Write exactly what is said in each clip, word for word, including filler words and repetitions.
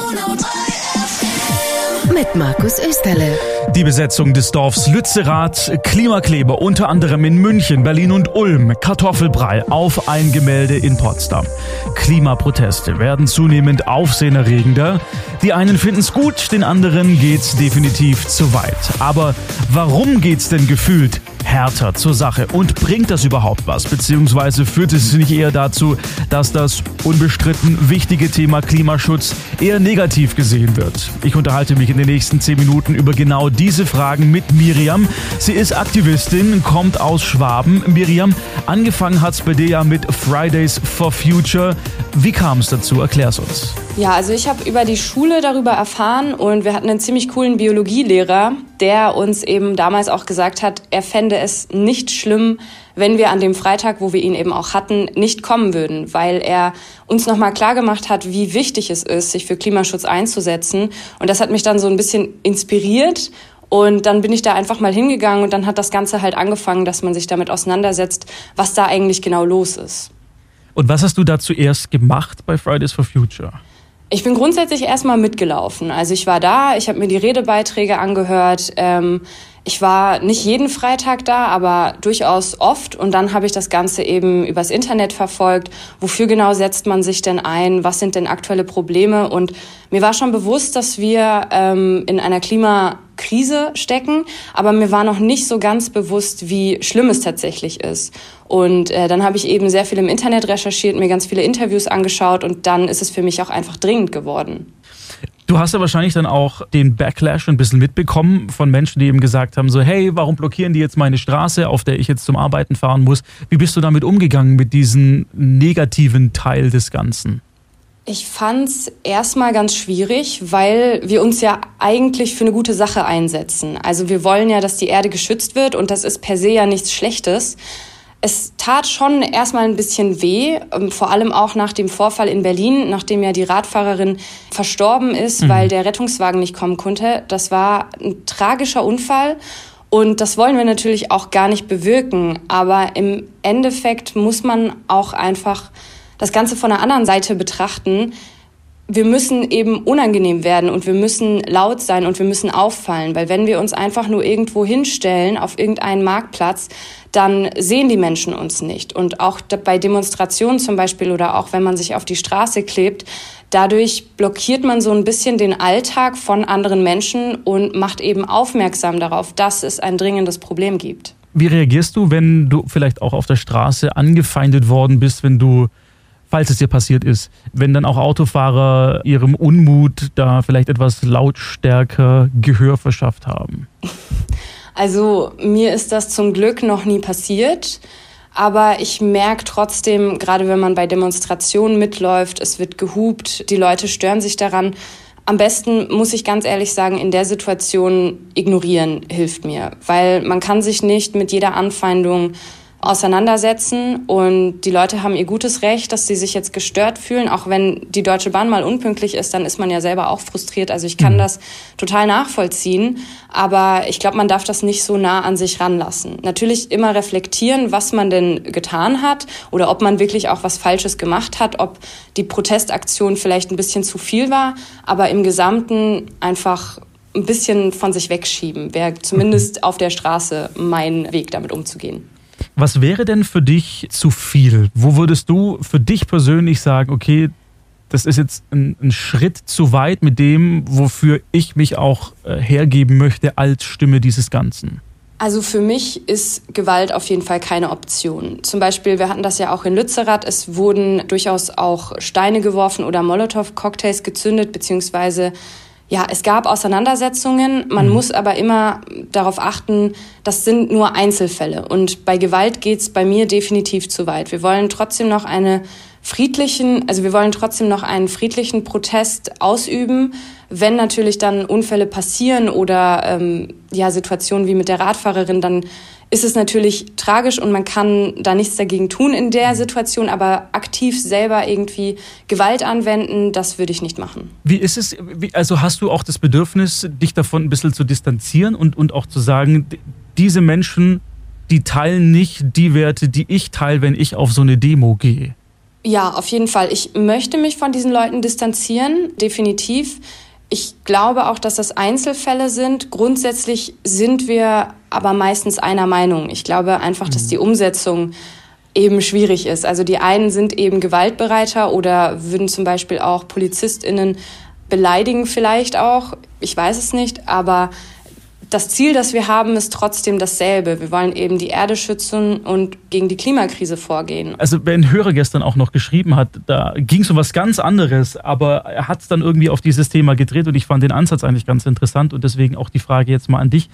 Mit Markus Österle. Die Besetzung des Dorfs Lützerath, Klimakleber unter anderem in München, Berlin und Ulm, Kartoffelbrei auf ein Gemälde in Potsdam. Klimaproteste werden zunehmend aufsehenerregender. Die einen finden's gut, den anderen geht's definitiv zu weit. Aber warum geht's denn gefühlt härter zur Sache? Und bringt das überhaupt was? Beziehungsweise führt es nicht eher dazu, dass das unbestritten wichtige Thema Klimaschutz eher negativ gesehen wird? Ich unterhalte mich in den nächsten zehn Minuten über genau diese Fragen mit Miriam. Sie ist Aktivistin, kommt aus Schwaben. Miriam, angefangen hat's bei dir ja mit Fridays for Future. Wie kam es dazu? Erklär's uns. Ja, also ich habe über die Schule darüber erfahren und wir hatten einen ziemlich coolen Biologielehrer, der uns eben damals auch gesagt hat, er fände es nicht schlimm, wenn wir an dem Freitag, wo wir ihn eben auch hatten, nicht kommen würden, weil er uns nochmal klargemacht hat, wie wichtig es ist, sich für Klimaschutz einzusetzen. Und das hat mich dann so ein bisschen inspiriert. Und dann bin ich da einfach mal hingegangen und dann hat das Ganze halt angefangen, dass man sich damit auseinandersetzt, was da eigentlich genau los ist. Und was hast du da zuerst gemacht bei Fridays for Future? Ich bin grundsätzlich erstmal mitgelaufen. Also ich war da, ich habe mir die Redebeiträge angehört. Ähm, ich war nicht jeden Freitag da, aber durchaus oft. Und dann habe ich das Ganze eben übers Internet verfolgt. Wofür genau setzt man sich denn ein? Was sind denn aktuelle Probleme? Und mir war schon bewusst, dass wir ähm, in einer Klimakrise stecken. Aber mir war noch nicht so ganz bewusst, wie schlimm es tatsächlich ist. Und äh, dann habe ich eben sehr viel im Internet recherchiert, mir ganz viele Interviews angeschaut und dann ist es für mich auch einfach dringend geworden. Du hast ja wahrscheinlich dann auch den Backlash ein bisschen mitbekommen von Menschen, die eben gesagt haben, so hey, warum blockieren die jetzt meine Straße, auf der ich jetzt zum Arbeiten fahren muss? Wie bist du damit umgegangen, mit diesem negativen Teil des Ganzen? Ich fand's erstmal ganz schwierig, weil wir uns ja eigentlich für eine gute Sache einsetzen. Also wir wollen ja, dass die Erde geschützt wird und das ist per se ja nichts Schlechtes. Es tat schon erstmal ein bisschen weh, vor allem auch nach dem Vorfall in Berlin, nachdem ja die Radfahrerin verstorben ist, mhm. weil der Rettungswagen nicht kommen konnte. Das war ein tragischer Unfall und das wollen wir natürlich auch gar nicht bewirken. Aber im Endeffekt muss man auch einfach das Ganze von der anderen Seite betrachten. Wir müssen eben unangenehm werden und wir müssen laut sein und wir müssen auffallen, weil wenn wir uns einfach nur irgendwo hinstellen auf irgendeinen Marktplatz, dann sehen die Menschen uns nicht. Und auch bei Demonstrationen zum Beispiel oder auch wenn man sich auf die Straße klebt, dadurch blockiert man so ein bisschen den Alltag von anderen Menschen und macht eben aufmerksam darauf, dass es ein dringendes Problem gibt. Wie reagierst du, wenn du vielleicht auch auf der Straße angefeindet worden bist, wenn du falls es dir passiert ist, wenn dann auch Autofahrer ihrem Unmut da vielleicht etwas lautstärker Gehör verschafft haben? Also mir ist das zum Glück noch nie passiert, aber ich merke trotzdem, gerade wenn man bei Demonstrationen mitläuft, es wird gehupt, die Leute stören sich daran. Am besten, muss ich ganz ehrlich sagen, in der Situation ignorieren hilft mir, weil man kann sich nicht mit jeder Anfeindung auseinandersetzen und die Leute haben ihr gutes Recht, dass sie sich jetzt gestört fühlen. Auch wenn die Deutsche Bahn mal unpünktlich ist, dann ist man ja selber auch frustriert. Also ich kann das total nachvollziehen, aber ich glaube, man darf das nicht so nah an sich ranlassen. Natürlich immer reflektieren, was man denn getan hat oder ob man wirklich auch was Falsches gemacht hat, ob die Protestaktion vielleicht ein bisschen zu viel war, aber im Gesamten einfach ein bisschen von sich wegschieben. Wäre zumindest auf der Straße mein Weg, damit umzugehen. Was wäre denn für dich zu viel? Wo würdest du für dich persönlich sagen, okay, das ist jetzt ein, ein Schritt zu weit mit dem, wofür ich mich auch äh, hergeben möchte als Stimme dieses Ganzen? Also für mich ist Gewalt auf jeden Fall keine Option. Zum Beispiel, wir hatten das ja auch in Lützerath, es wurden durchaus auch Steine geworfen oder Molotow-Cocktails gezündet, beziehungsweise ja, es gab Auseinandersetzungen, man mhm. muss aber immer darauf achten, das sind nur Einzelfälle. Und bei Gewalt geht's bei mir definitiv zu weit. Wir wollen trotzdem noch eine friedlichen, also wir wollen trotzdem noch einen friedlichen Protest ausüben. Wenn natürlich dann Unfälle passieren oder ähm, ja Situationen wie mit der Radfahrerin, dann ist es natürlich tragisch und man kann da nichts dagegen tun in der Situation, aber aktiv selber irgendwie Gewalt anwenden, das würde ich nicht machen. Wie ist es, wie, also hast du auch das Bedürfnis, dich davon ein bisschen zu distanzieren und, und auch zu sagen, diese Menschen, die teilen nicht die Werte, die ich teile, wenn ich auf so eine Demo gehe? Ja, auf jeden Fall. Ich möchte mich von diesen Leuten distanzieren, definitiv. Ich glaube auch, dass das Einzelfälle sind. Grundsätzlich sind wir aber meistens einer Meinung. Ich glaube einfach, mhm. dass die Umsetzung eben schwierig ist. Also die einen sind eben gewaltbereiter oder würden zum Beispiel auch PolizistInnen beleidigen vielleicht auch. Ich weiß es nicht, aber das Ziel, das wir haben, ist trotzdem dasselbe. Wir wollen eben die Erde schützen und gegen die Klimakrise vorgehen. Also wer ein Hörer gestern auch noch geschrieben hat, da ging es um was ganz anderes, aber er hat es dann irgendwie auf dieses Thema gedreht und ich fand den Ansatz eigentlich ganz interessant und deswegen auch die Frage jetzt mal an dich.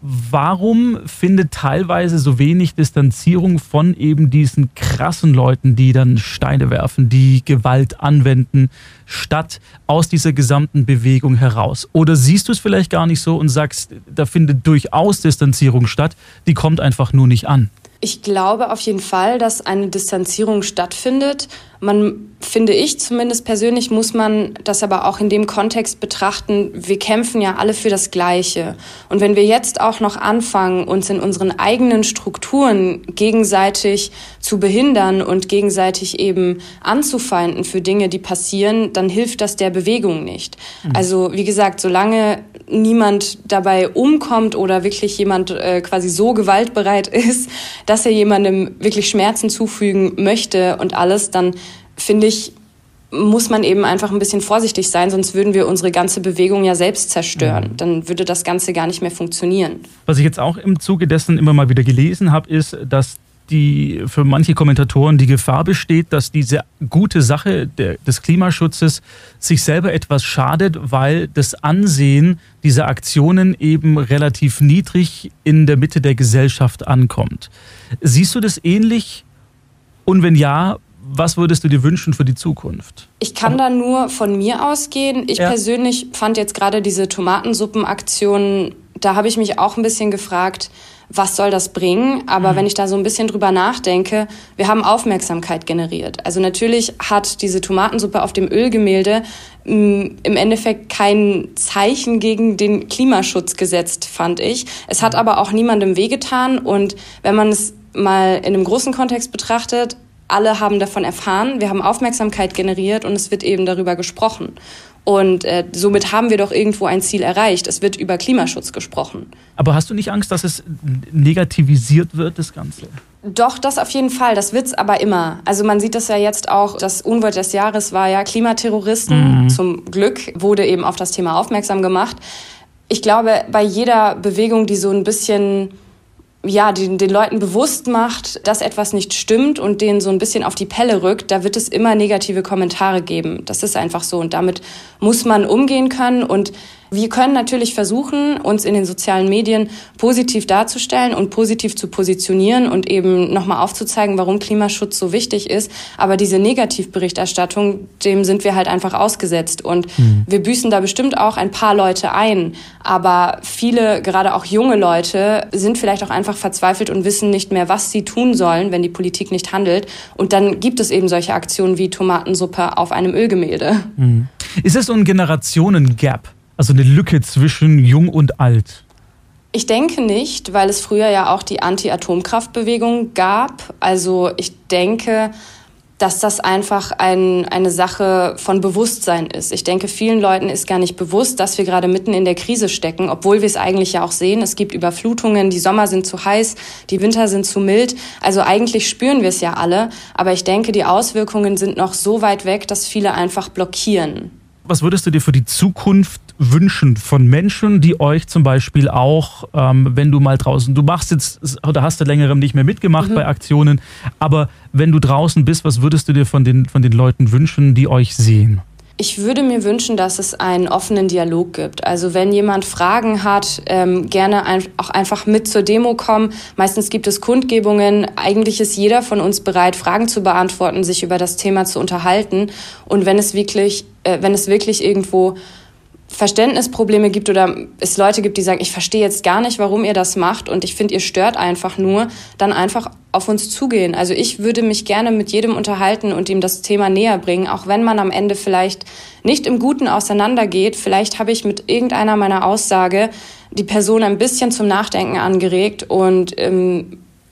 Warum findet teilweise so wenig Distanzierung von eben diesen krassen Leuten, die dann Steine werfen, die Gewalt anwenden, statt aus dieser gesamten Bewegung heraus? Oder siehst du es vielleicht gar nicht so und sagst, da findet durchaus Distanzierung statt, die kommt einfach nur nicht an? Ich glaube auf jeden Fall, dass eine Distanzierung stattfindet. Man, finde ich zumindest persönlich, muss man das aber auch in dem Kontext betrachten, wir kämpfen ja alle für das Gleiche. Und wenn wir jetzt auch noch anfangen, uns in unseren eigenen Strukturen gegenseitig zu behindern und gegenseitig eben anzufeinden für Dinge, die passieren, dann hilft das der Bewegung nicht. Mhm. Also wie gesagt, solange niemand dabei umkommt oder wirklich jemand äh, quasi so gewaltbereit ist, dass er jemandem wirklich Schmerzen zufügen möchte und alles, dann finde ich, muss man eben einfach ein bisschen vorsichtig sein, sonst würden wir unsere ganze Bewegung ja selbst zerstören. Mhm. Dann würde das Ganze gar nicht mehr funktionieren. Was ich jetzt auch im Zuge dessen immer mal wieder gelesen habe, ist, dass die für manche Kommentatoren die Gefahr besteht, dass diese gute Sache der, des Klimaschutzes sich selber etwas schadet, weil das Ansehen dieser Aktionen eben relativ niedrig in der Mitte der Gesellschaft ankommt. Siehst du das ähnlich? Und wenn ja, was würdest du dir wünschen für die Zukunft? Ich kann da nur von mir ausgehen. Ich ja. persönlich fand jetzt gerade diese Tomatensuppenaktion, da habe ich mich auch ein bisschen gefragt, was soll das bringen? Aber mhm. wenn ich da so ein bisschen drüber nachdenke, wir haben Aufmerksamkeit generiert. Also natürlich hat diese Tomatensuppe auf dem Ölgemälde mh, im Endeffekt kein Zeichen gegen den Klimaschutz gesetzt, fand ich. Es hat aber auch niemandem wehgetan. Und wenn man es mal in einem großen Kontext betrachtet, alle haben davon erfahren, wir haben Aufmerksamkeit generiert und es wird eben darüber gesprochen. Und äh, somit haben wir doch irgendwo ein Ziel erreicht. Es wird über Klimaschutz gesprochen. Aber hast du nicht Angst, dass es negativisiert wird, das Ganze? Doch, das auf jeden Fall. Das wird's aber immer. Also man sieht das ja jetzt auch, das Unwort des Jahres war ja Klimaterroristen. Mhm. Zum Glück wurde eben auf das Thema aufmerksam gemacht. Ich glaube, bei jeder Bewegung, die so ein bisschen ja, den, den Leuten bewusst macht, dass etwas nicht stimmt und denen so ein bisschen auf die Pelle rückt, da wird es immer negative Kommentare geben. Das ist einfach so und damit muss man umgehen können und wir können natürlich versuchen, uns in den sozialen Medien positiv darzustellen und positiv zu positionieren und eben nochmal aufzuzeigen, warum Klimaschutz so wichtig ist. Aber diese Negativberichterstattung, dem sind wir halt einfach ausgesetzt. Und mhm. wir büßen da bestimmt auch ein paar Leute ein. Aber viele, gerade auch junge Leute, sind vielleicht auch einfach verzweifelt und wissen nicht mehr, was sie tun sollen, wenn die Politik nicht handelt. Und dann gibt es eben solche Aktionen wie Tomatensuppe auf einem Ölgemälde. Mhm. Ist es so ein Generationen-Gap? Also eine Lücke zwischen Jung und Alt? Ich denke nicht, weil es früher ja auch die Anti-Atomkraftbewegung gab. Also ich denke, dass das einfach ein, eine Sache von Bewusstsein ist. Ich denke, vielen Leuten ist gar nicht bewusst, dass wir gerade mitten in der Krise stecken, obwohl wir es eigentlich ja auch sehen. Es gibt Überflutungen, die Sommer sind zu heiß, die Winter sind zu mild. Also eigentlich spüren wir es ja alle. Aber ich denke, die Auswirkungen sind noch so weit weg, dass viele einfach blockieren. Was würdest du dir für die Zukunft wünschen von Menschen, die euch zum Beispiel auch, ähm, wenn du mal draußen, du machst jetzt, oder hast du längerem nicht mehr mitgemacht mhm. bei Aktionen, aber wenn du draußen bist, was würdest du dir von den, von den Leuten wünschen, die euch sehen? Ich würde mir wünschen, dass es einen offenen Dialog gibt. Also wenn jemand Fragen hat, ähm, gerne ein, auch einfach mit zur Demo kommen. Meistens gibt es Kundgebungen. Eigentlich ist jeder von uns bereit, Fragen zu beantworten, sich über das Thema zu unterhalten. Und wenn es wirklich, äh, wenn es wirklich irgendwo Verständnisprobleme gibt oder es Leute gibt, die sagen, ich verstehe jetzt gar nicht, warum ihr das macht und ich finde, ihr stört einfach nur, dann einfach auf uns zugehen. Also ich würde mich gerne mit jedem unterhalten und ihm das Thema näher bringen, auch wenn man am Ende vielleicht nicht im Guten auseinandergeht. Vielleicht habe ich mit irgendeiner meiner Aussage die Person ein bisschen zum Nachdenken angeregt und ähm,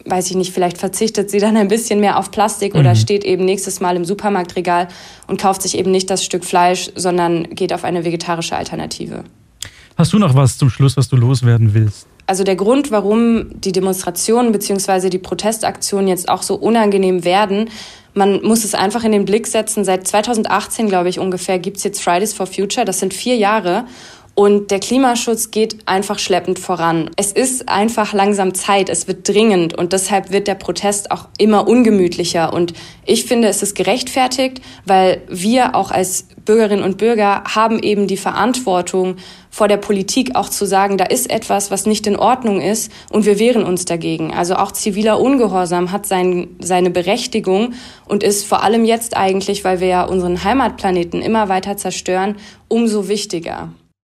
weiß ich nicht, vielleicht verzichtet sie dann ein bisschen mehr auf Plastik mhm. oder steht eben nächstes Mal im Supermarktregal und kauft sich eben nicht das Stück Fleisch, sondern geht auf eine vegetarische Alternative. Hast du noch was zum Schluss, was du loswerden willst? Also der Grund, warum die Demonstrationen bzw. die Protestaktionen jetzt auch so unangenehm werden, man muss es einfach in den Blick setzen. Seit zweitausendachtzehn, glaube ich, ungefähr gibt es jetzt Fridays for Future. Das sind vier Jahre. Und der Klimaschutz geht einfach schleppend voran. Es ist einfach langsam Zeit, es wird dringend und deshalb wird der Protest auch immer ungemütlicher. Und ich finde, es ist gerechtfertigt, weil wir auch als Bürgerinnen und Bürger haben eben die Verantwortung vor der Politik auch zu sagen, da ist etwas, was nicht in Ordnung ist und wir wehren uns dagegen. Also auch ziviler Ungehorsam hat sein, seine Berechtigung und ist vor allem jetzt eigentlich, weil wir ja unseren Heimatplaneten immer weiter zerstören, umso wichtiger.